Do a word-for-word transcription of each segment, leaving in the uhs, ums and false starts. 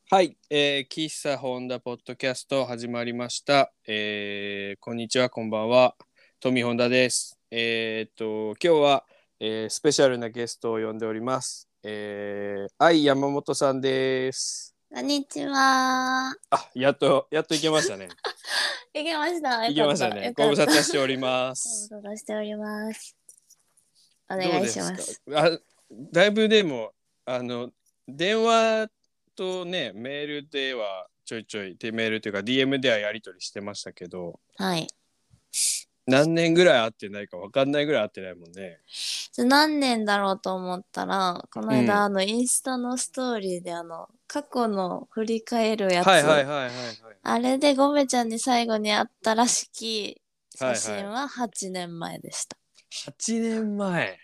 はい、えー、喫茶ホンダポッドキャスト始まりました。えー、こんにちは、こんばんは。トミホンダです。えー、っと今日は、えー、スペシャルなゲストを呼んでおります。えー、愛山本さんです。 こんにちは。 あ、やっとやっといけましたね。 いけました。よいけかった。 ましたね。 よかった。 ご無沙汰しておりまご無す。 沙汰しております。おどう願いですか。 します。 あ、だいぶでもあの電話とねメールではちょいちょいでメールというか ディーエム ではやり取りしてましたけど、 はい。 何年ぐらい会ってないか分かんないぐらい会ってないもんね。 それ何年だろうと思ったら、この間、 うん。 あの、インスタのストーリーで、あの、過去の振り返るやはいはいつ、 はいはいはい。 あれでゴメちゃんに最後に会ったらしき写はいはい。 真ははちねんまえでした。 はちねんまえ。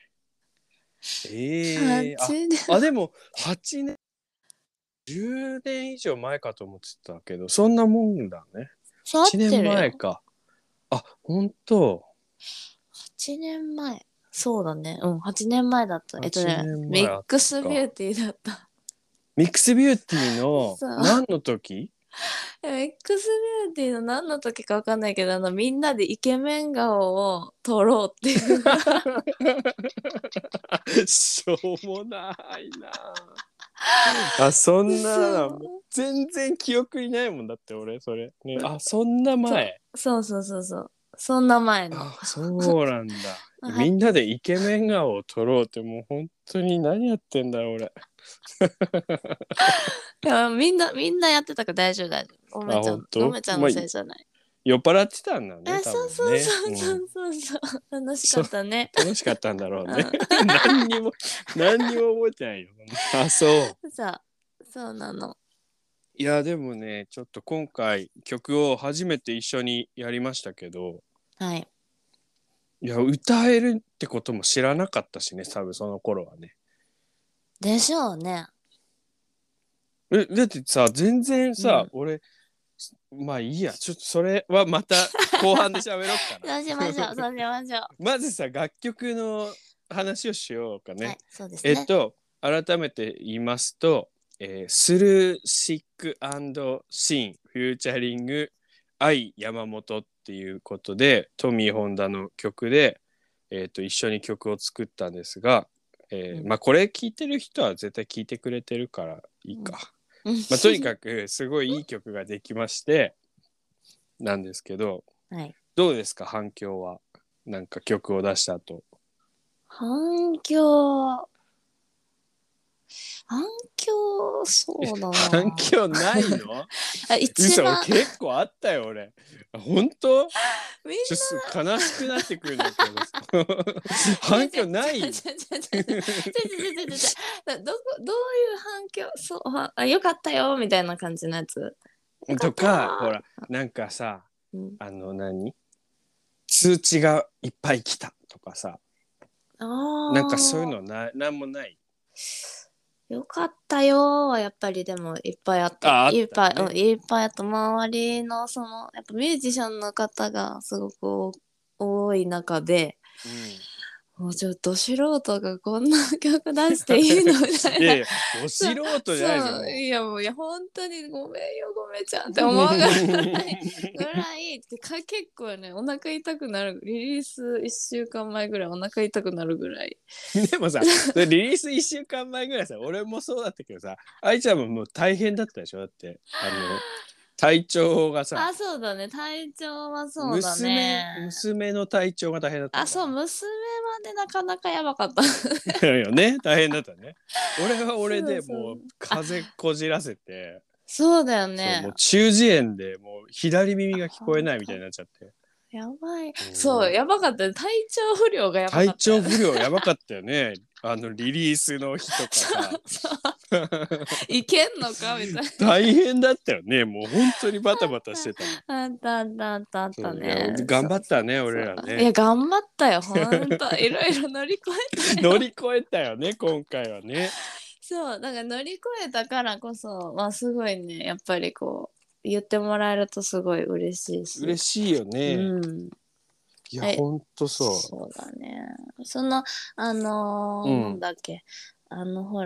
ええー、あ、 はちねん。 あ、でもはちねん、じゅうねん以上前かと思ってたけど、そんなもんだね。8 そう合って年るよ。 前か。あ、本当。 はちねんまえ。そうだね。うん、はちねんまえだった。えっと 8 ね、 年前あっミックスビューたか。 ティーだった。 ミックスビューティーのそう。 何の時？ ミックスビューティーの何の時かわかんないけど、あの、みんなでイケメン顔を撮ろうっていう。 しょうもないな。あ、そんな、 そう。 全然記憶にないもんだって俺、それ。ね、あ、そんなそう前。 そうそうそうそう。そんな前の。 あ、そうなんだ。みはんなでイケメン顔を撮ろうってもう本当に何やってんだろう俺。 いや、みんな、みんなやってたから大丈夫大丈夫。ごめあ、 ちゃん、ご本当？ めちゃんのまあ、 せいじゃない。 酔っ払ってたんだね、 あ、 多そうそう分ね。 そうそうん。 うそうそう。楽しかそう、 ったね。 楽しかったんだろうね。 うん。 何にも、何にも覚えてないよ。あ、そう。 さあ、そうなの。 いやでもねちょっと今回曲を初めて一緒にやりましたけど、 はい。 いや歌えるってことも知らなかったしね、多分その頃はね。 でしょうね。 え、だってさ全然うん。 さ俺、まあいいや、ちょっとそれはまた後半で喋ろっかな。 そうしましょう、そうしましょう。 まずさ楽曲の話をしようかね。 はい、そうですね。 えっと改めて言いますと、えースルーシックシーンフューチャリング愛山本っていうことでトミー・ホンダの曲で、えー、と一緒に曲を作ったんですが、えーうん。 まあこれ聞いてる人は絶対聞いてくれてるからいいうん。 か、 うん。 まあ、とにかくすごいいい曲ができましてなんですけど、 はい。 どうですか反響は。なんか曲を出した後。 反響、反響、そうだ反な。 響ないの？ あ、一嘘、俺番、 結構あったよ俺。本当？ みんちょっと悲しくなってくるんだけどさ。 な、違う違う違う違う違う違う違う違う反響ない？ 違う違う違う違うどこ、どういう反響、そう、はあ、よかったよ、みたいな感じのやつ。よかったよとか、ほー。 ら、なんかさ、 うん、 あの何通知がいっぱい来たとかさ、 あなんかそういうー、 のな、なんもない？ よかったよーはやっぱりでもいっぱいあった。 あ、あっいっぱい、うん、 たね。 いっぱいあった。周りのその、やっぱミュージシャンの方がすごく多い中で、 うん。 もうちょっと素人がこんな曲出していいのみたいな。 いやいや、ど素そう、 人じゃないですよ、 そう、 もいやもう、いや、本当にごめんよ、ごめんちゃんって思うぐらい、ぐう。 らい、てか結構ね、お腹痛くなる、リリースいっしゅうかんまえぐらいお腹痛くなるぐらい。 でもさ、リリースいっしゅうかんまえぐらいさ、俺もそうだったけどさ、愛ちゃんももう大変だったでしょ。だって、あの、体調がさ、 あ、そうだね、体調はそうだ娘、 ね。 娘の体調が大変だったあ、 のかそう、娘はね、なかなかやばかった。 な。よね、大変だったね。俺は俺そうでもうそう。あ、 風邪こじらせて、 そうだよそう、もね。 う中耳炎でもう左耳が聞こえ本当ないみたいになっちゃって。 やばい。そう、 うん、 やばかったね。体調不良がやばか体ったよね。 調不良やばかったよね。あのリリースの日とかさ。 そうそう。いけんのかみたいな。 大変だったよね。もう本当にバタバタしてたもん。 あったあったあったあっそういやたね。 頑張ったそうそうね俺そう。 らね。 いや、頑張ったよ。ほんと。いろいろ乗り越えたよ。 乗り越えたよね今回はね。 そう。だから乗り越えたからこそ、まあすごいね、やっぱりこう、言ってもらえるとすごい嬉しいし。 嬉しいよね。 うん。 いやえ、 ほんとそそうだね。その、あのーなんう。うん。 だっけ。あの、ほら、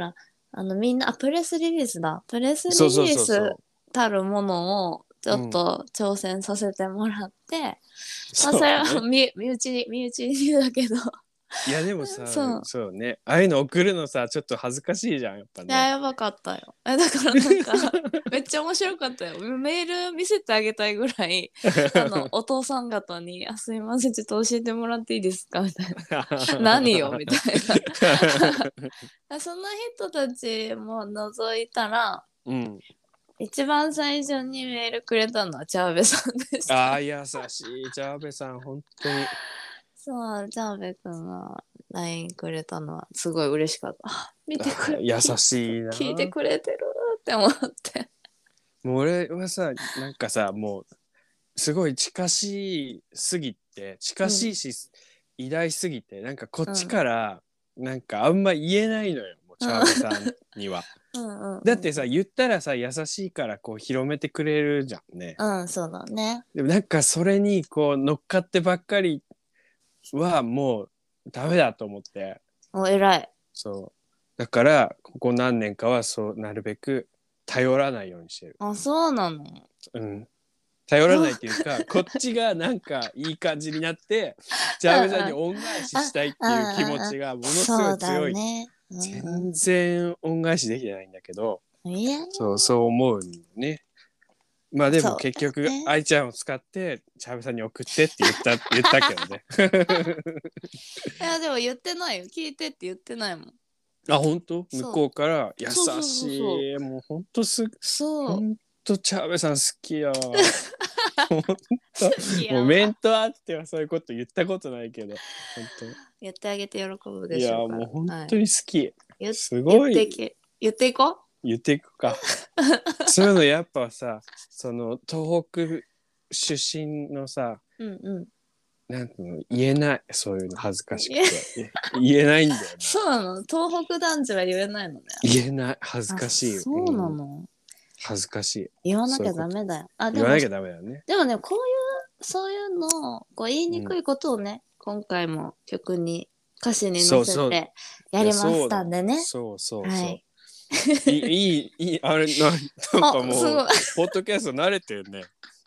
あのみんなあプレスリリースだプレスリそうそうリースそうそうたるものをちょっと挑戦させてもらって、まあそそうれはね。 身身内に身内に言うだけどいやでもさそうそうねああいうの送るのさちょっと恥ずかしいじゃんやっぱいやね。 やばかったよえだからなんかめっちゃ面白かったよメール見せてあげたいぐらいあのお父さん方に「あすいませんちょっと教えてもらっていいですか」みたいな「何よ」みたいなその人たちも覗いたらうん一番最初にメールくれたのはチャーベさんでした。 ああ優しいジャーベさん本当に。 そうチャーベくんが ライン くれたのはすごい嬉しかったあ見てくれ優しいな。 聞いてくれてるって思ってもう俺はさなんかさもうすごい近しいすぎて近しいし、偉大すぎてなんかこっちからなんかあんま言えないのよ、もうチャーベさんには。 うんうんうんだってさ言ったらさ優しいからこう広めてくれるじゃんね。 うんそうだねでもなんかそれにこう乗っかってばっかりはもうダメだと思って。 お偉いそうだからここ何年かはそうなるべく頼らないようにしてる。 あそうなのうん頼らないっていうかこっちがなんかいい感じになってチャーベさんに恩返ししたいっていう気持ちがものすごい強い。 ねうん全然恩返しできてないんだけどいやそうそう思うんだよね。まあでそうも結局ね愛ちゃんを使ってチャーベさんに送ってって言った言ったけどね。 いやでも言ってないよ聞いてって言ってないもんあ本当向そうこうから優そうそうそうしそういもう本当すそう本当チャーベさん好きよ。本好き当もうやわ面とあってはそういうこと言ったことないけど本言ってあげて喜ぶ当いやでしょうからもう本はい当に好き、 言すごい言ってけ言っていこ言っていくか。そういうのやっぱさその東北出身のさううんうんなんていうの言えないそういうの恥ずかしくて言えないんだよな。 そうなの東北男児は言えないのね言えない恥ずかしいあそうなうんの、 恥ずかしい言わなきゃダメだよあでも言わなきゃダメだよね。 でもねこういうそういうのこう言いにくいことをね、今回も曲に歌詞に載せそうそうてやりましたんでねそうそうそうそう、 はいいいいいいいあれななんかもうあすごいポッドキャスト慣れてるね。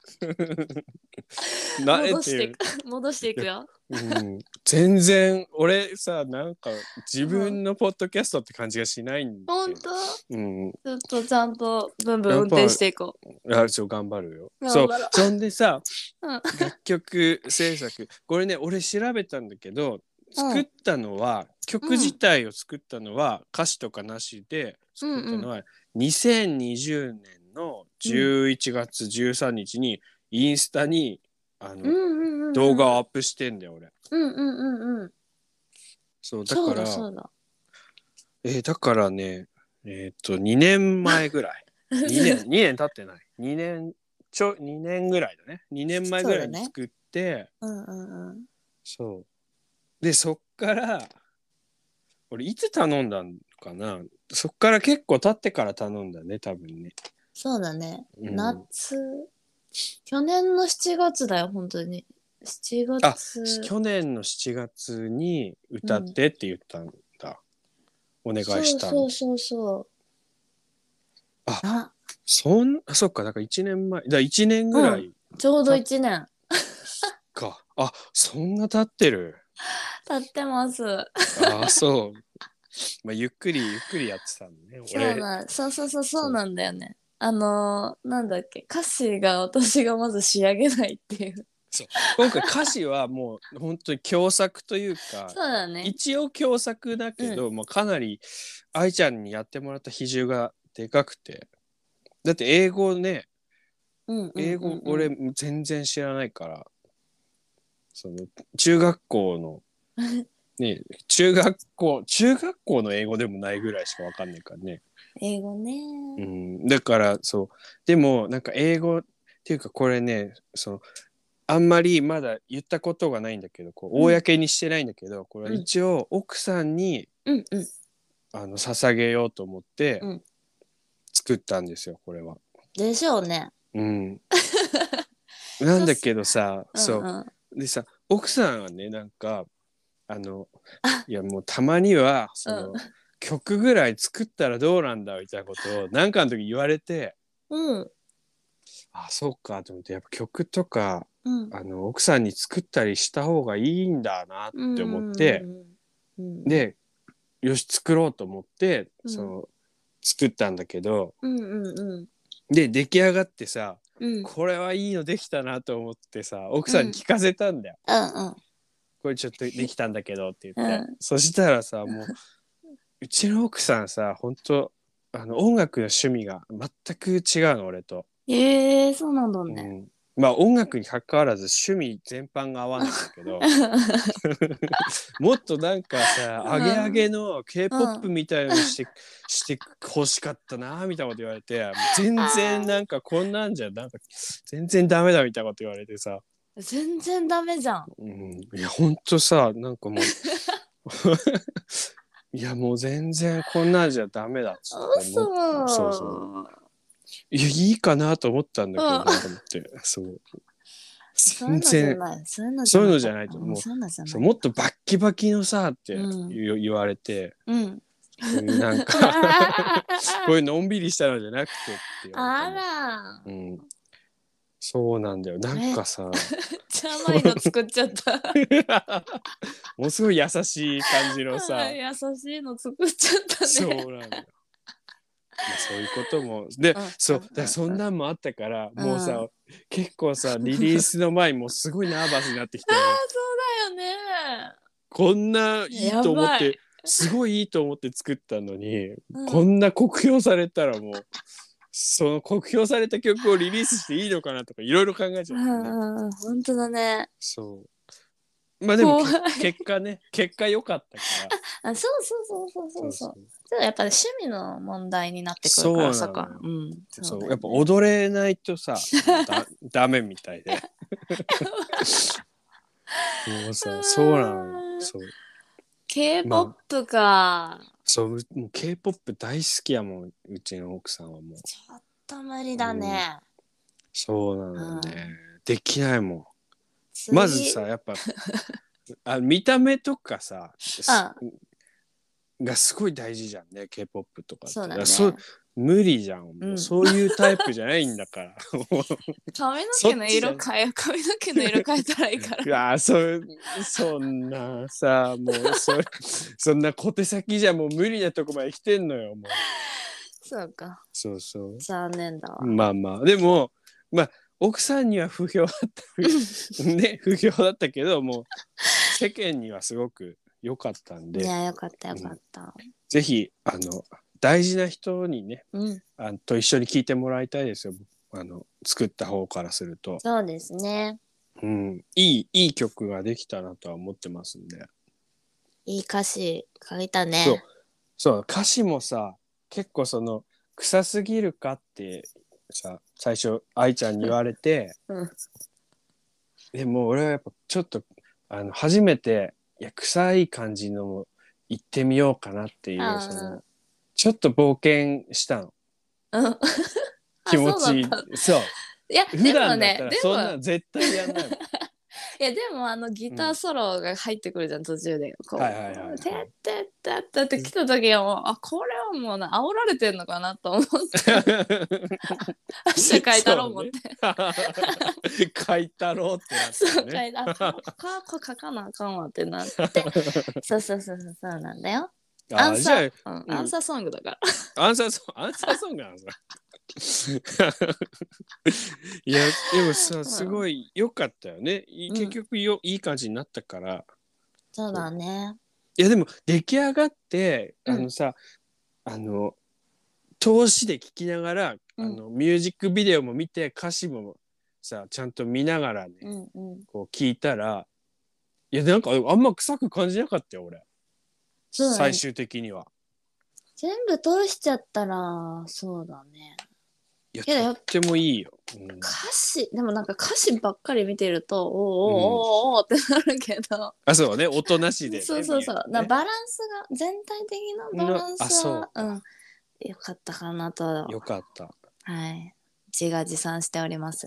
慣れ戻していてる、 く戻していくようん、全然俺さなんか自分のポッドキャストって感じがしないんで、 本当うん、 ちょっとちゃんとブンブン運転していこうあちょ頑張るよ。そう頑張ろうそんでさうん楽曲制作これね俺調べたんだけど作ったのは、曲自体を作ったのは、歌詞とかなしで作ったのは、にせんにじゅうねんのじゅういちがつじゅうさんにちにインスタにあの、 うんうんうん、 動画をアップしてんだよ俺。 うんうんうんうんそうだからそうだえーだからねえっ、とにねんまえぐらいにねんにねん経ってないにねんちょにねんぐらいだねにねんまえぐらいに作って、 うんうんうんそうでそっから俺いつ頼んだんかなそっから結構経ってから頼んだね多分ね。 そうだね、 うん、 夏去年のしちがつだよ本当にしちがつあ去年のしちがつに歌ってって言ったんだ、うん、お願いしたんだ。 そうそうそうそうああそんそっかだからいちねんまえだいちねんぐらい、 うん、ちょうどいちねんかあそんな経ってる経ってますあそうまあゆっくりゆっくりやってたのねそう俺なそうそうそうそうなんだよねあのー、なんだっけ歌詞が私がまず仕上げないっていうそう今回歌詞はもう本当に共作というかそうだね一応共作だけど、うん、もうかなり愛ちゃんにやってもらった比重がでかくてだって英語ね、 うんうんうんうん、 英語俺全然知らないからその中学校のね中学校中学校の英語でもないぐらいしかわかんないからね英語ね、 うん、だからそうでもなんか英語っていうかこれねそのあんまりまだ言ったことがないんだけどこう公にしてないんだけど、うん、これは一応奥さんに、 うんうん、 あの捧げようと思って作ったんですよこれは。 でしょうね。 うんなんだけどさそう、 うんうん、 でさ奥さんはねなんかあのいやもうたまにはその、うん、 曲ぐらい作ったらどうなんだみたいなことをなんかの時言われて、 うん。 あそうかと思って、やっぱ曲とかうん。 あの奥さんに作ったりした方がいいんだなって思って、 うん。 でよし作ろうと思って、 うん、 その作ったんだけど、 うんうんうん。 で出来上がってさ、 うん。 これはいいのできたなと思ってさ、奥うん。 さんに聞かせたんだよ。 うんうん。 これちょっとできたんだけどって言って、 うん。 そしたらさ、もううちの奥さんさ、本当あの音楽の趣味が全く違うの俺と。 ええー、そうなんだね。 うん、まあ音楽に関わらず趣味全般が合わないんだけどもっとなんかさ、アゲアゲの K-ポップ みたいのにしてして欲しかったなみたいなこと言われて、全然なんかこんなんじゃなんか全然ダメだみたいなこと言われてさ、 全然ダメじゃん。 うん、いやほんとさ、なんかもういやもう全然こんなんじゃダメだっつって、もうそうそういやいいかなと思ったんだけどなと思って、そうそういう全のじゃない。 然そういうのじゃないと。 そういうのじゃないと、もうそういうのじゃない。 そうもっとバッキバキのさって言,、 うん言われて、 うん。 こういうなんかこういうのんびりしたのじゃなくてって言われたの。 あら。 うん、そうなんだよ。なんかさ、 めっちゃ甘いの作っちゃった。 ものすごい優しい感じのさ、 優しいの作っちゃったね。 そうなんだよ。まあ、そういうこともで、 うんそううんだからそんなんもあったから、 うんもうさ結構さリリースの前にもうすごいナーバスになってきて、 ああ、そうだよね。 こんないいと思っやばいてすごいいいと思って作ったのに、 うんこんな酷評されたらもうその酷評された曲をリリースしていいのかなとかいろいろ考えちゃうう、ね、 んうん、本当だね。 そうまあでも怖い結果ね結果良かったから、 あ、そうそうそうそうそうそう。ちょっとやっぱり趣味の問題になってくるからさか。うん。 そう、 だよねやっぱ踊れないとさだダメみたいでもうさそうなのそう K-ポップまあか。 そうもう K-ポップ 大好きやもんうちの奥さんはもうちょっと無理だね。 そうなのよね、 うんできないもん。 次まずさやっぱあ見た目とかさがすごい大事じゃんね K-ポップ とかって。 そうだね。 そ無理じゃん、もううんそういうタイプじゃないんだから髪の毛の色変えよう。髪の毛の色変えたらいいかいら。 やそそんなさもうそそんな小手先じゃもう無理なとこまで来てんのよもう。 そうか。 そうそう残念だわ。 まあまあでもまあ奥さんには不評だったね不評だったけどもう世間にはすごく良かったんで、 いや、よかったよかった。 うん、ぜひあの大事な人にね、 うん、 あと一緒に聴いてもらいたいですよ、あの作った方からすると。 そうですね。 うん、いいいい曲ができたなとは思ってますんで。 いい歌詞書いたね。 そうそう歌詞もさ結構その臭すぎるかってさ最初愛ちゃんに言われて、 うん、 でも俺はやっぱちょっとあの初めていや臭い感じのも言ってみようかなっていうそのちょっと冒険したの。 うん、 気持ちいい。そう。 いや普段だったらそんな絶対やんないもん。 いやでもあのギターソロが入ってくるじゃん、途中でこう「 はいはいはいはいてってってって」って来た時はもうあこれはもうな煽られてんのかなと思って明日書いたろう思って、 ね、書いたろうってなって、ね、 そう書いたあかこ書かなあかんわってなってそうそうそうそうそうなんだよ。アンサー、うん、アンサーソングだから。 アンサーソング、アンサーソングなんですか。いやでもさすごい良かったよね。うん、結局よいい感じになったから。 そうだね。 いやでも出来上がってあのさ、うん、あの通しで聞きながら、うん、あのミュージックビデオも見て歌詞もさちゃんと見ながらね、うんうん、こう聞いたらいやなんかあんま臭く感じなかったよ俺。そうだね、最終的には全部通しちゃったらそうだね。 いやとってもいいよ、 うん、歌詞でもなんか歌詞ばっかり見てるとおーおーおーおーってなるけど、 あそうね音なしで、ね、 そうそうそう、ね、バランスが全体的なバランスはう、うん、よかったかなと。 よかった。 はい自画自賛しております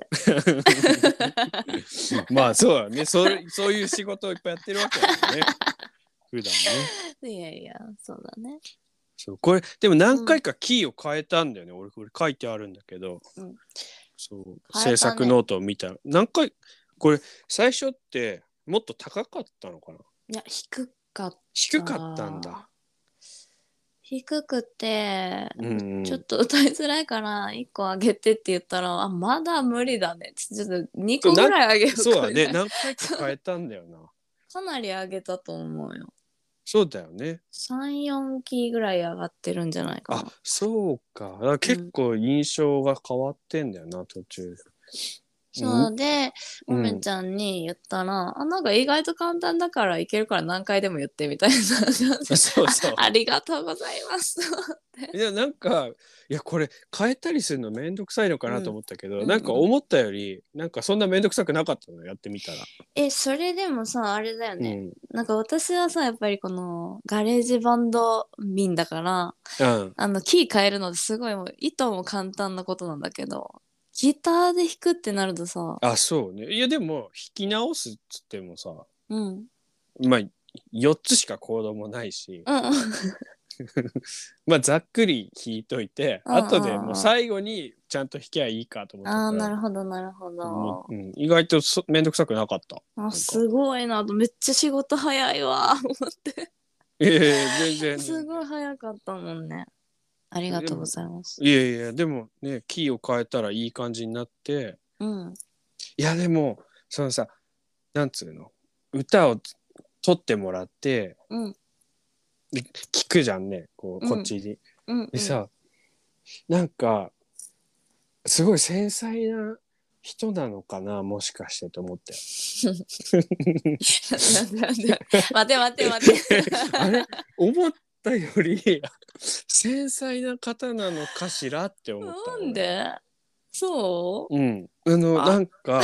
まあそうだねそそういう仕事をいっぱいやってるわけだよね普段ね。 いやいやそうだね。 そうこれでも何回かキーを変えたんだよね、うん、俺これ書いてあるんだけど、うん、そう、ね、制作ノートを見たら何回これ最初ってもっと高かったのかな。 いや低かった低かったんだ。 低くて、うん、ちょっと歌いづらいからいっこあげてって言ったら、あまだ無理だねちょっとにこぐらいあげようか。 そうだね、何回か変えたんだよな。 かなりあげたと思うよ。 そうだよね。 さん、よんキーぐらい上がってるんじゃないかな。 あ、そうか。だから結構印象が変わってんだよな、うん、途中。 そうで、もめちゃんに言ったら、うん、あなんか意外と簡単だからいけるから何回でも言ってみたいな。そうそう。ありがとうございますいやなんかいやこれ変えたりするのめんどくさいのかなと思ったけど、うん、なんか思ったよりなんかそんなめんどくさくなかったのやってみたら。 えそれでもさあれだよね、うん、なんか私はさやっぱりこのガレージバンド民だから、うん、あのキー変えるのですごいもういとも簡単なことなんだけどギターで弾くってなるとさ。 あそうね。いやでも弾き直すっつってもさ、うん、まあよっつしかコードもないし、うんまあざっくり弾いといて、うんうんうん、後でもう最後にちゃんと弾きゃいいかと思ったから。 あなるほどなるほど、 うん、意外とそめんどくさくなかった。 あすごいなとめっちゃ仕事早いわ思っていやいや全然、ね、 すごい早かったもんね。ありがとうございます。 いやいやでもねキーを変えたらいい感じになって、うん、いやでもそのさなんつうの歌を取ってもらって、うん、聞くじゃんねこう、うん、こっちに、うんうん、でさなんかすごい繊細な人なのかなもしかしてと思って待て待て待てあれ思ったより繊細な方なのかしらって思った。 なんでそううんあのなんか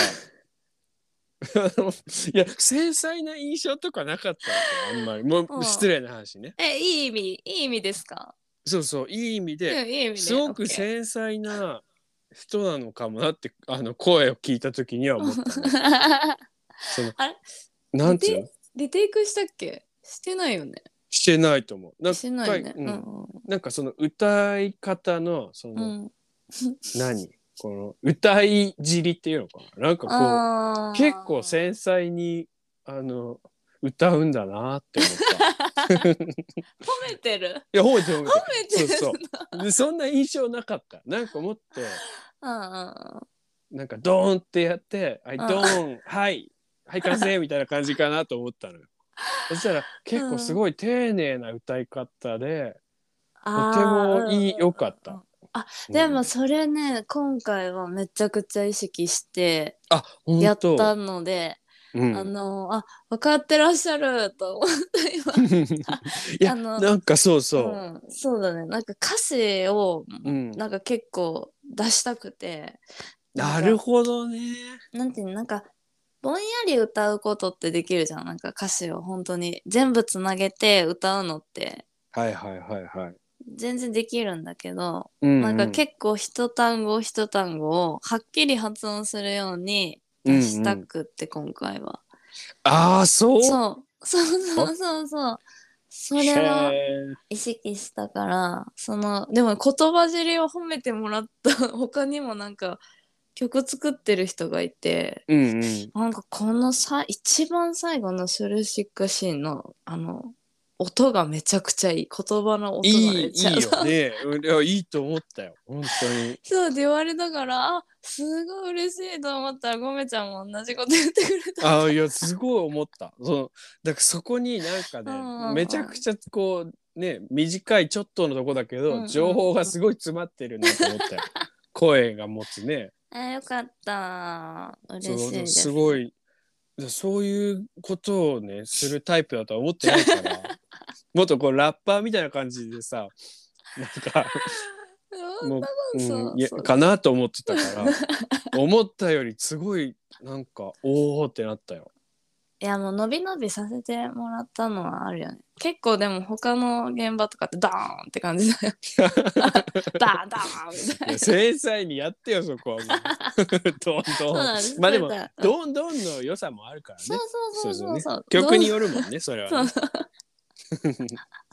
いや繊細な印象とかなかったわけあんまりもう失礼な話ね。 えいい意味いい意味ですか。 そうそういい意味で、いい意味ですごく繊細な人なのかもなってあの声を聞いた時には思った、ね、そのあれなんつうのリテイクしたっけしてないよね。 してないと思う。なんかしてないね、うんうん、なんかその歌い方のその、うん、何この歌い尻っていうのかななんかこう結構繊細にあの歌うんだなって思った褒めてるいや褒めてる褒めてるそうそうでそんな印象なかったなんかもっとなんかドーンってやってはいドーンはいはい完成みたいな感じかなと思ったのよそしたら結構すごい丁寧な歌い方で、うん、とてもいい良かった。 あでもそれね、うん、今回はめちゃくちゃ意識してやったので、うん、あのあ分かってらっしゃると思った今いやあのなんかそうそう、うん、そうだねなんか歌詞を、うん、なんか結構出したくて、 なるほどねなんていうのなんかぼんやり歌うことってできるじゃんなんか歌詞を本当に全部つなげて歌うのってはいはいはいはい全然できるんだけど、うんうん、なんか結構一単語一単語をはっきり発音するように出したくって、うんうん、今回は。 ああそうそうそうそうそうそうそれは意識したからそのでも言葉尻を褒めてもらった他にもなんか曲作ってる人がいて、うんうん、なんかこのさ一番最後のスルシックシーンのあの音がめちゃくちゃいい言葉の音がめちゃいいいいよねいやいいと思ったよ本当にそうって言われながらあすごい嬉しいと思ったらごめちゃんも同じこと言ってくれたあいやすごい思ったそのだからそこになんかねめちゃくちゃこうね短いちょっとのとこだけど、うんうん、情報がすごい詰まってるなと思ったよ声が持つねあよかった嬉しいですすごいそういうことをねするタイプだとは思ってないからもっとこうラッパーみたいな感じでさなんかもう、うん、いやかなと思ってたから思ったよりすごいなんかおーってなったよいやもう伸び伸びさせてもらったのはあるよね結構でも他の現場とかってダーンって感じだよダーンダーンみたいな繊細にやってよそこはもうどんどんまあでもどんどんの良さもあるからねそうそうそうそうそう、 曲によるもんねそれはね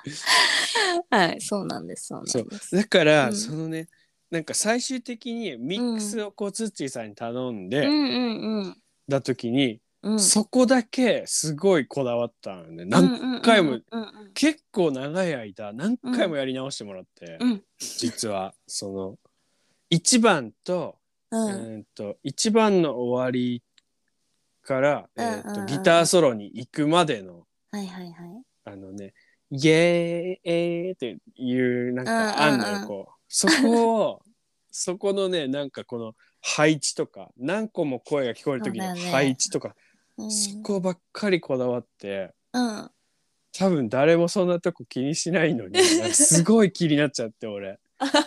はい、そうなんです、そうそうなんです。 だから、 うんそのねなんか最終的にミックスをこうツッチーさんに頼んで、 うんうんうん。 だ時に、 うん、 そこだけすごいこだわったのね。何うんうんうん回も、 うんうん結構長い間何うん回もやり直してもらって、 うん実はそのいちばんと、 うんえー、といちばんの終わりから、 うんえー、とうんギターソロに行くまでのはいはいはい。 あのねイエーイっていうなんかあんのよ、こうそこをそこのねなんかこの配置とか何個も声が聞こえるそう時のだよね。 配置とか、 うん。 そこばっかりこだわって、 うん。 多分誰もそんなとこ気にしないのになんかすごい気になっちゃって俺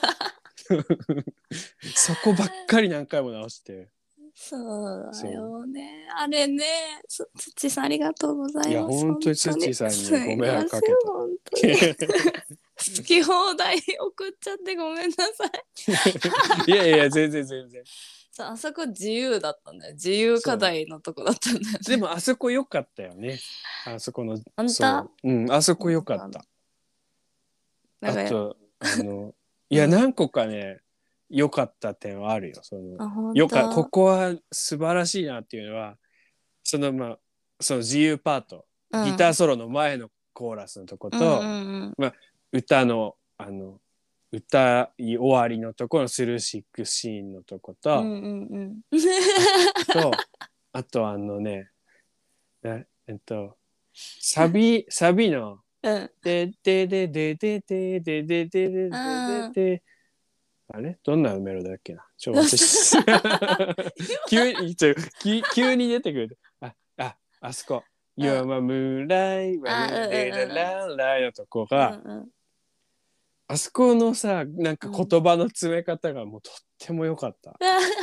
そこばっかり何回も直して。 そうだそうよね。あれね。つつちさんありがとうございやいます。 本当にツッチーさんすにご迷いません、 惑かけた本当に。好き放題送っちゃってごめんなさい。 いやいや全然全然。 そう、あそこ自由だったんだよ。自由課題のとこだったんだよね。 でもあそこ良かったよね。あそこのあんたそう、うん、あそこ良かった。 なんかあとあのいうんや何個かね良かった点はあるよ。そのあ、本よかこ当。 こは素晴らしいなっていうのはそのまあその自由パート、 うんギターソロの前のコーラスのとこうんうと、 んうんまあ、歌のあの歌い終わりのところのスルーシックシーンのとこうんと、 うんうんとあとあのねええっとサビサビのうんでででででででででででであれどんなメロだっけなちょ私急にちょき急に出てくるあああそこ「 うん You're my moonlight あうんうんうんレララララ」のとこうんがうんあそこのさなんかうん言葉の詰め方がもうとっても良かった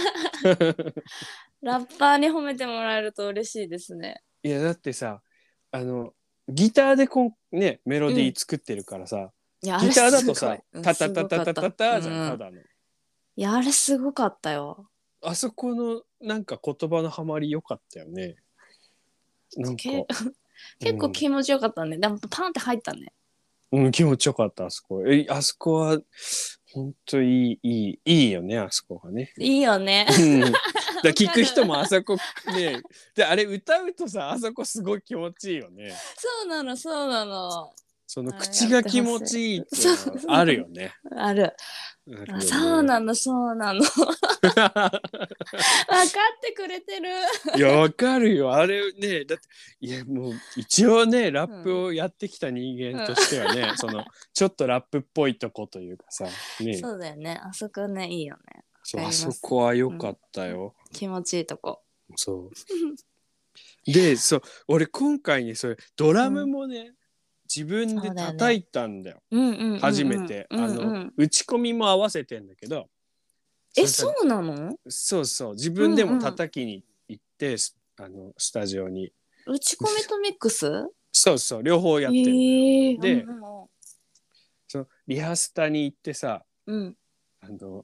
ラッパーに褒めてもらえると嬉しいですね。 いやだってさあのギターでこんねメロディうんー作ってるからさ、 いやあれギターだとすごいさうんタタタタすごかったタタタじゃん、 うんただのいやあれすごかったよ。 あそこのなんか言葉のハマり良かったよね。なんか、 け結構気持ちよかったね。でもパンって入ったね。 うん、うん、気持ちよかったあそこ。え、あそこは本当いいいいいいよねあそこがね。 いいよね。 うんだから聞く人もあそこねであれ歌うとさあそこすごい気持ちいいよね。 そうなのそうなの。 その口が気持ちいいっていうのはあるよね。 ある。 あるよねそうなのそうなの。分かってくれてる。 いやわかるよあれねだっていやもう一応ねラップをやってきた人間としてはね、うん、そのちょっとラップっぽいとこというかさ、ね、 そうだよねあそこねいいよね。 そうあそこは良かったよ、 うん、気持ちいいとこ。 そうでそう俺今回ねそれドラムもね、うん、自分で叩いたんだよ、 うんうんうんうん、 初めて、うんうん、あの打ち込みも合わせてんだけどえそうなの？ そうそう自分でも叩きに行って、うんうん、あのスタジオに打ち込みとミックスそうそう両方やってる、えー、で、うんうん、そのリハスタに行ってさ、うん、あの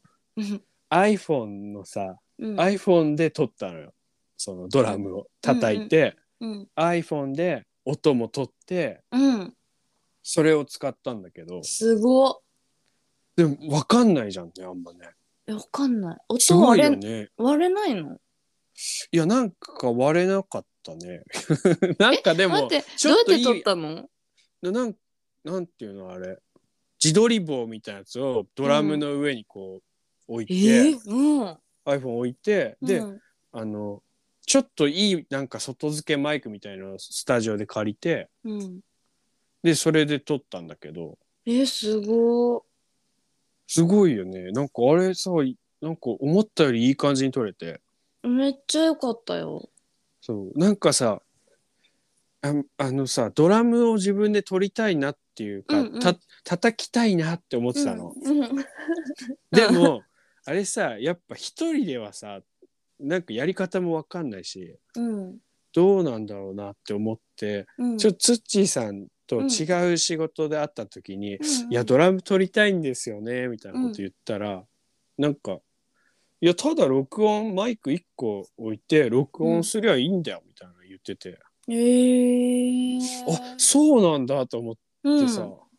iPhone のさ、うん、iPhone で撮ったのよそのドラムを叩いて、うんうんうん、iPhone で音も取って、うん、それを使ったんだけどすごっでも分かんないじゃんねあんまね分かんない音割れ、 ね、 割れないのいやなんか割れなかったねなんかでもちょっといいどうやって撮ったのなんなんていうのあれ自撮り棒みたいなやつをドラムの上にこう置いて、うんえーうん、iPhone 置いてで、うん、あのちょっといいなんか外付けマイクみたいなのをスタジオで借りて、うん、でそれで撮ったんだけどえー、すごーすごいよねなんかあれさなんか思ったよりいい感じに撮れてめっちゃ良かったよそうなんかさ あ, あのさドラムを自分で撮りたいなっていうか、うんうん、た叩きたいなって思ってたの、うんうん、でもあれさやっぱ一人ではさなんかやり方も分かんないし、うん、どうなんだろうなって思って、うん、ちょっとツッチーさんと違う仕事で会った時に、うん、いやドラム撮りたいんですよねみたいなこと言ったら、うん、なんかいやただ録音マイクいっこ置いて録音すりゃいいんだよみたいな言ってて、うん、えー、あそうなんだと思ってさ、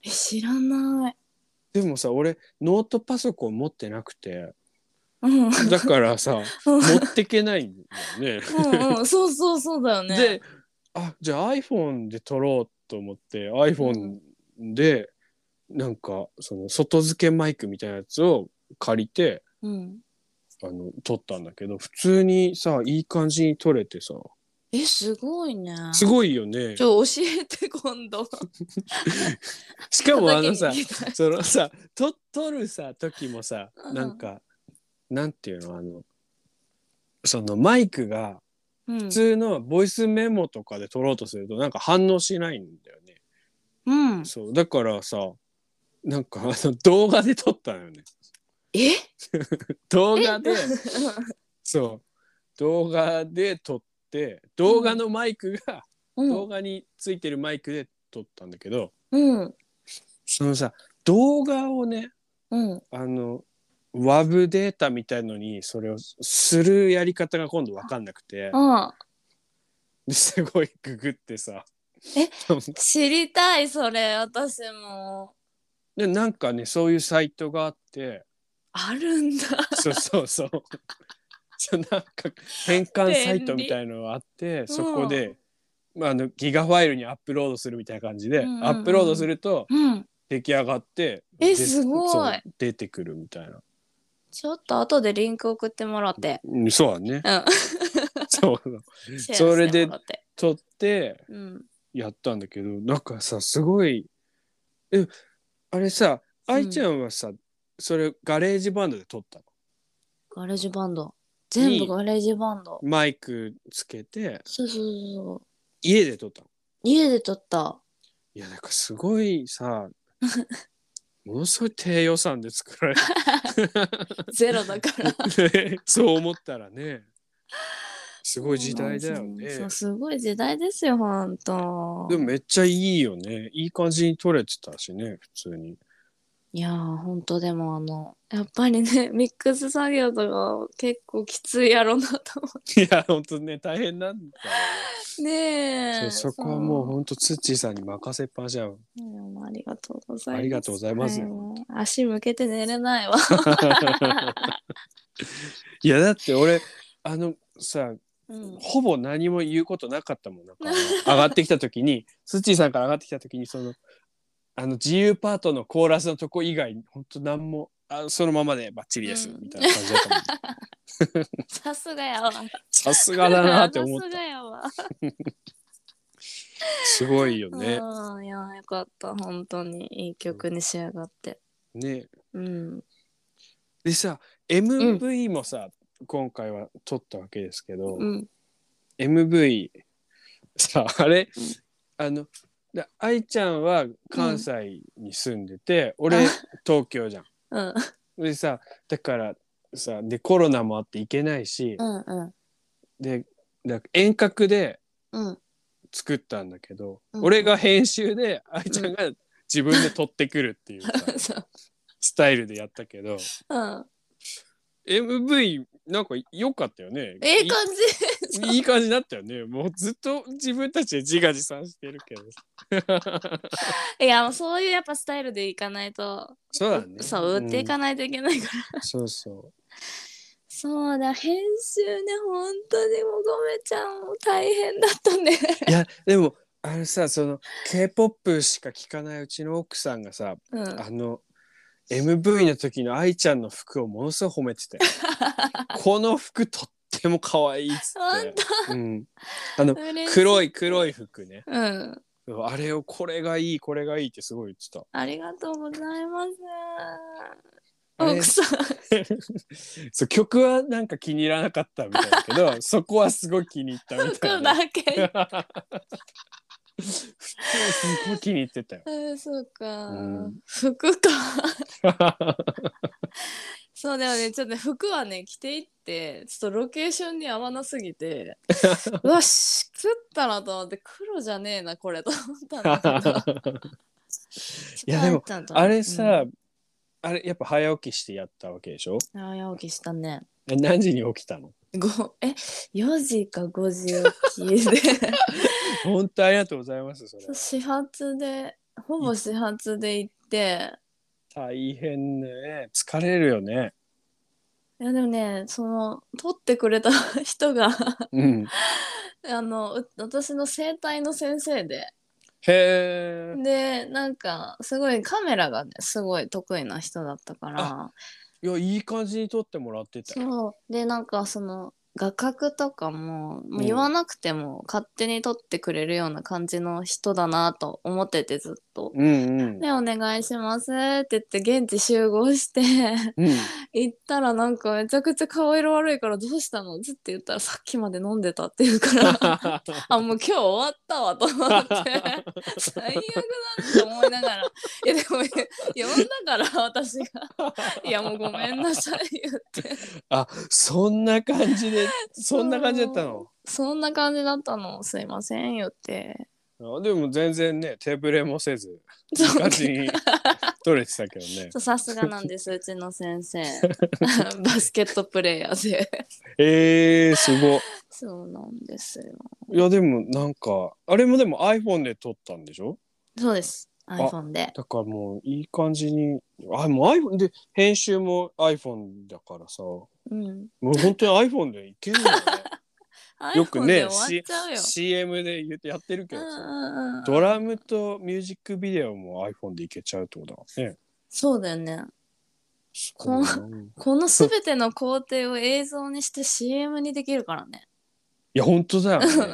え、知らない。 でもさ、俺ノートパソコン持ってなくて、 うんだからさうん持ってけないんだよね。 うんうん、そうそうそうだよね。 で、あ、じゃあ iPhone で撮ろうと思ってう iPhone でなんかその外付けマイクみたいなやつを借りてうん、 あの撮ったんだけど、普通にさいい感じに撮れてさ、 え、すごいね。 すごいよね。 ちょ、教えて今度。 しかもあのさだけに聞きたい。 そのさと撮るさ時もさ、 うんなんかなんていうの、あのそのマイクがうん普通のボイスメモとかで撮ろうとするとなんか反応しないんだよね。 うん。 そうだからさ、なんかあの動画で撮ったのよね。 え動画でそう動画で撮って動画のマイクが、 うん、 動画についてるマイクで撮ったんだけど、 うん、 そのさ動画をね、 うん、 あの ワブ データみたいのにそれをするやり方が今度分かんなくて、 あ、 ですごいググってさ、 え、知りたい、それ、私も。 でなんかねそういうサイトがあって、 あるんだ。 そうそうそうそうなんか変換サイトみたい。 いのがあって、 うんそこで、まあ、あのギガファイルにアップロードするみたいな感じで、 うんうんうん、 アップロードするとうん。 出来上がってえ、 ですごい。 そう出てくるみたいな。 ちょっと後でリンク送ってもらって。 うん、そうだね。 うん。 そうシェアしてもらって。 撮ってうん。 やったんだけど、なんかさすごい、えあれさ、愛ちゃんはさ、それガレージバンドで撮ったのガレージバンド。全部にガレージバンド。 マイクつけてそうそうそう。 家で撮ったの。 家で撮った。 いやなんかすごいさものすごい低予算で作られゼロだから。 ねそう思ったらね、すごい時代だよね。 そう、すごい時代ですよ、ほんと。 でもめっちゃいいよね。いい感じに撮れてたしね、普通に。 いやー、ほんとでもあの、やっぱりね、ミックス作業とか結構きついやろなと思っいやほんとね大変なんだろて。ねえ。 うね。そそこはもうほんとツッチーさんに任せっぱなしだよ。 いやもうありがとうございます。 ありがとうございますよ。 はい、もう足向けて寝れないわ。 いやだって俺あのさ、 うん、 ほぼ何も言うことなかったもん。なんか上がってきた時にツッチーさんから上がってきた時にそのあの自由パートのコーラスのとこ以外ほんと何も、あそのままでバッチリです、 うん、 みたいな感じだったもん。 さすがやわ。 さすがだなって思っさすがた。 やわ。 すごいよね。 うん、いやよかった本当にいい曲に仕上がって。 ね。 うん。 でさ エムブイ もさ、うん、今回は撮ったわけですけど、 うん、 エムブイ さあれ、 うん、 あの愛ちゃんは関西に住んでて、うん、俺東京じゃん。 うん、 でさだからさでコロナもあって行けないし、 うんうん、でだ遠隔でうん作ったんだけど、 うん、 俺が編集で愛ちゃんが自分で撮ってくるっていうさ、うん、スタイルでやったけど、うん、エムブイ なんか良かったよね。 いい感じいい感じだったよね。もうずっと自分たちで自画自賛してるけどいやそういうやっぱスタイルでいかないと、 そうだね、 そう売っていかないといけないから、 うん、そうそうそうだ、編集ね、本当にもごめちゃんも大変だったね。 いやでもあのさ、その K-ポップ しか聴かないうちの奥さんがさ、うん、あの エムブイ の時の愛ちゃんの服をものすごい褒めててこの服とっても可愛いっつって、うん、あの黒い黒い服ね、うん、あれをこれがいいこれがいいってすごい言ってた。 ありがとうございます。奥さんそう曲はなんか気に入らなかったみたいだけどそこはすごい気に入ったみたいな。 服だけすごい気に入ってたよ。 えー、そうか、うん、服かそうだよね、ちょっとね服はね着ていってちょっとロケーションに合わなすぎてうわし食ったなと思って黒じゃねえなこれと思ったんだけどいやでもあれさ、うん、あれやっぱ早起きしてやったわけでしょ。 早起きしたね。 何時に起きたの？ ごえよじかごじ起きで本当ありがとうございます。それ始発でほぼ始発で行って、 大変ね。疲れるよね。 いやでもね、その撮ってくれた人がうん。 あのう私の整体の先生で、 へえ。 でなんかすごいカメラがねすごい得意な人だったかあ、 ら、 いや、いい感じに撮ってもらってたよ。 そうでなんかその画角とかも、もう言わうん。 なくても勝手に撮ってくれるような感じの人だなと思ってて、ずっと。 うんうん。 で、お願いしますって言って現地集合してうん。 行ったら、なんかめちゃくちゃ顔色悪いからどうしたのずって言ったら、さっきまで飲んでたって言うからあ、もう今日終わったわと思って最悪だって思いながら、いやでも呼んだから私がいやもうごめんなさい言ってあ、そんな感じで、そんな感じだったそうの。 そんな感じだったの。すいません言って。 あ、でも全然ね、手ぶれもせず、いいそう感じに撮れてたけどね。 そう、さすがなんですうちの先生バスケットプレーヤーでえー、すご。 そうなんですよ。 いや、でもなんか、あれもでも iPhone で撮ったんでしょ？ そうです、 あ、 iPhone で。 だからもういい感じに、あ、もう iPhone で、編集も iPhone だからさ、もうんう本当に iPhone でいけるんだよね。よく iPhone でね、 終わっ C、 ちゃうよ。 シーエム で言ってやってるけうんどさ、 うんうんドラうん。 ムとミュージックビデオも iPhone でいけちゃうってことだね。 そうだよね。 すこのごいな。 このすべての工程を映像にして シーエム にできるからね。 いや、本当だよね。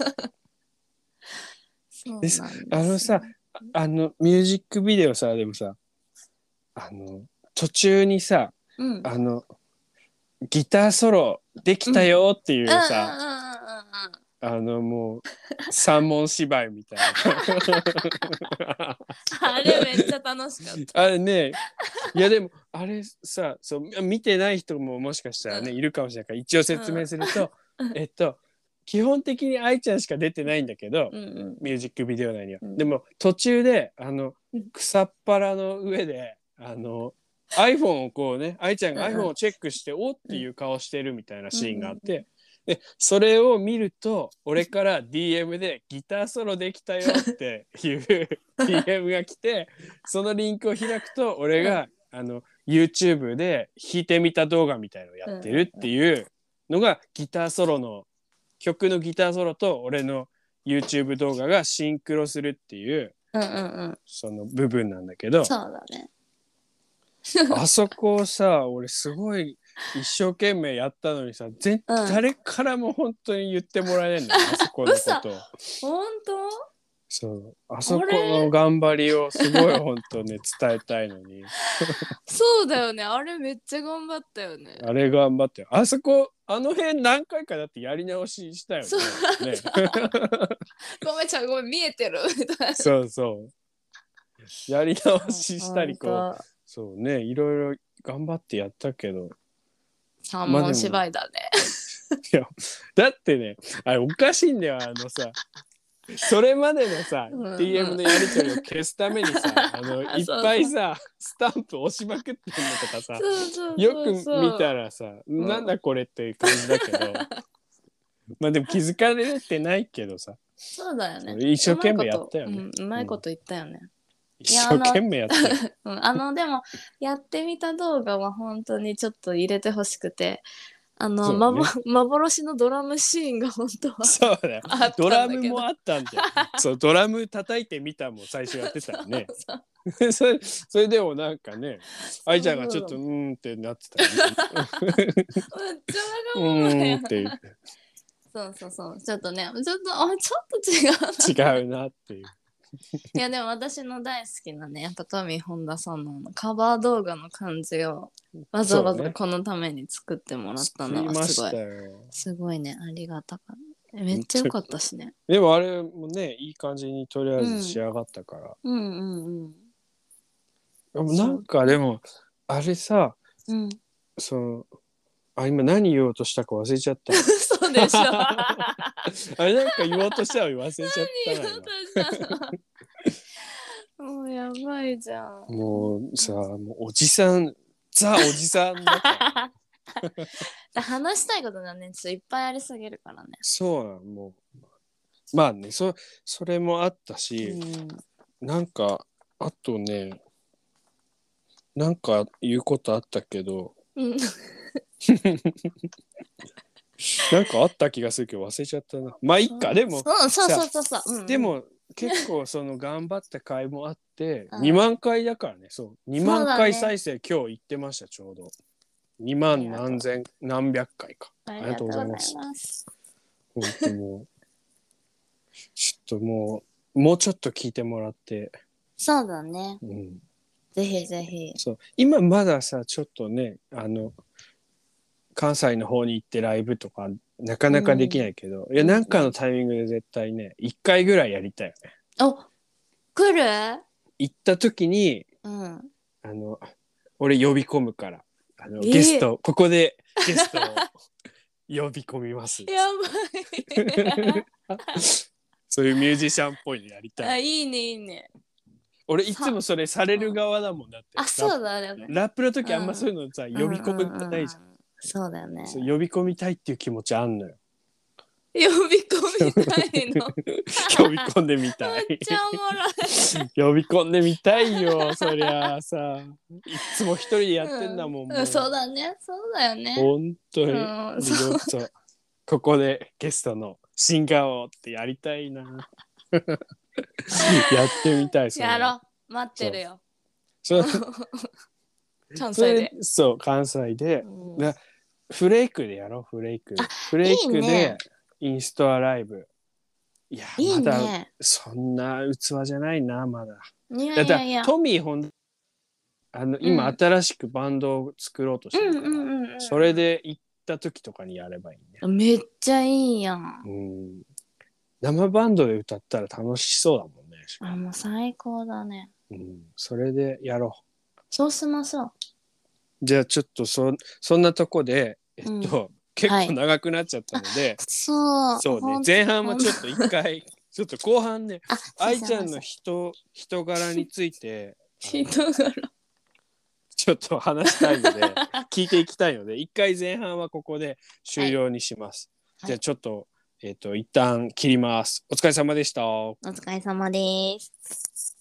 そうですなんです。 あのさ、あのミュージックビデオさ、でもさ、あの途中にさ、 うんあのギターソロできたよっていうんうんうんうんうんうさ、あのもう三文芝居みたいな。 あれめっちゃ楽しかっあれね、いやでもあれさ、そう見てない人ももしかしたらね、 うんいるかもしれないから一応説明すると、えっと基本的に愛ちゃんしか出てないんだけど、 うんうんミュージックビデオ内には、 うんでも途中であのうん草っ腹の上であの iPhone をこうね、愛ちゃんがうんうん iPhone をチェックしておっていう顔してるみたいなシーンがあって、でそれを見ると俺から ディーエム でギターソロできたよっていう ディーエム が来て、そのリンクを開くと俺が、あの YouTube で弾いてみた動画みたいのをやってるっていうのが、ギターソロの曲のギターソロと俺の YouTube 動画がシンクロするっていううんうんうんその部分なんだけど、 そうだね。 あそこをさ、俺すごい一生懸命やったのにさ、ぜ、 うん誰からも本当に言ってもらえんのよ、あそこのことを。 本当？ そう、あそこの頑張りをすごい本当ね伝えたいのに。 そうだよね。あれめっちゃ頑張ったよね。 あれ頑張ってよ。あそこあの辺何回かだってやり直ししたよね。 そうねごめんちゃんごめん見えてるみたいな。 そうそう。やり直ししたりこう、 本当そうね、いろいろ頑張ってやったけど、 三文芝居だね。 いやだってね、あれおかしいんだよ、あのさ、それまでのさ、 うんうんディーエム のやり取りを消すためにさ、あのいっぱいさスタンプ押しまくってんのとかさ、 そうそうそうよく見たららさ、なんだこれっていう感じだけど、まあでも気づかれてないけどさ、 そうだよね。 一生懸命やったよね。 うん、うまいこと言ったよね。 一生懸命やったよ。 うん、あのでもやってみた動画は本当にちょっと入れてほしくて、あの、 そうねまぼ幻のドラムシーンが本当はそうだよ。 あったんだけどドラムもあったんだよ。そうドラム叩いてみたも最初やってたよね。 そうそれそれでもなんかね、愛ちゃんがちょっとうーんってなってたよね。 めっちゃうわがままやーんっていうそうそうそうちょっとねちょっとあちょっと違うな違うなっていう。 いやでも私の大好きなねやっぱトミー本田さんのカバー動画の感じをわざわそうねざこのために作ってもらったの作りまはすごいしたよ。 すごいねありがたかっためっちゃ良かったしねでもあれもね、いい感じにとりあえず仕上がったから。 うんうんうんでもなんかでもあれさ、 うんそのあ今何言おうとしたか忘れちゃった。 そうでしょあれなんか言おうとしたのに忘れちゃったな今もうやばいじゃんもうさ、もうおじさん、ザおじさんだから話したいことがねちょっといっぱいありすぎるからねそうなの、もうまあね、そそれもあったし、 うんなんかあとね、なんか言うことあったけど、 うんなんかあった気がするけど忘れちゃったな。まあいっか。でもそうそうさ、 そうそうそう、うんうん、 でも結構その頑張った回もあってうんにまん回だからね。そうにまん回そうだね再生今日言ってました。ちょうどにあまんりがとう何千何百回か。 ありありがとうがとうございまございます。 す。 本当もうちょっともうもうちょっと聞いてもらって、 そうだね。 うん、 ぜひぜひ。 そう今まださちょっとねあの関西の方に行ってライブとかなかなかできないけど、いやうんなんかのタイミングで絶対ねいっかいぐらいやりたいよね。 お、来る？ 行った時にうん。 あの俺呼び込むからあの、 えーゲストここでゲストを呼び込みますやばい。 そういうミュージシャンっぽいのやりたあ、 い。 いいねいいね。 俺いつもそれされる側だもんだって。 あ、そうだよね。 ラップの時あんまそういうのさ、 うん呼び込むことないじゃん。 うんうんうんそうだよね。 そう呼び込みたいっていう気持ちあんのよ。 呼び込みたいの。 呼び込んでみたい。 めっちゃおもろい。 呼び込んでみたいよ。そりゃあさ、いつも一人でやってんだもん。 うんもうそうだね。そうだよね。 本当に。 うんそうそうここでゲストのシンガーをってやりたいな。やってみたい。それやろう。待ってるよ。 そう関それ西で。 そう関西で、 うんなフレイクでやろうフレイクでフレイクでいいねインストアライブ。いやいいまだね。 そんな器じゃないなまだ。 いやだっていやいや。 トミーほんあの今うん新しくバンドを作ろうとしてるから、 うんうんうんうん。 それで行った時とかにやればいいね。 めっちゃいいやん。 うん生バンドで歌ったら楽しそうだもんね。 あ、もう最高だね。 うん、それでやろう。 そうしましょう。 じゃあちょっとそそんなとこでえっと、 うん結構長くなっちゃったので、 そう。 そうねほん前半はちょっと一回ちょっと後半ねあ、 愛ちゃんのそう人人柄についてそう人柄。 ちょっと話したいので聞いていきたいので一回前半はここで終了にします、 はいじゃあちょっとえっ、と一旦切ります。お疲れ様でした。 お疲れ様です。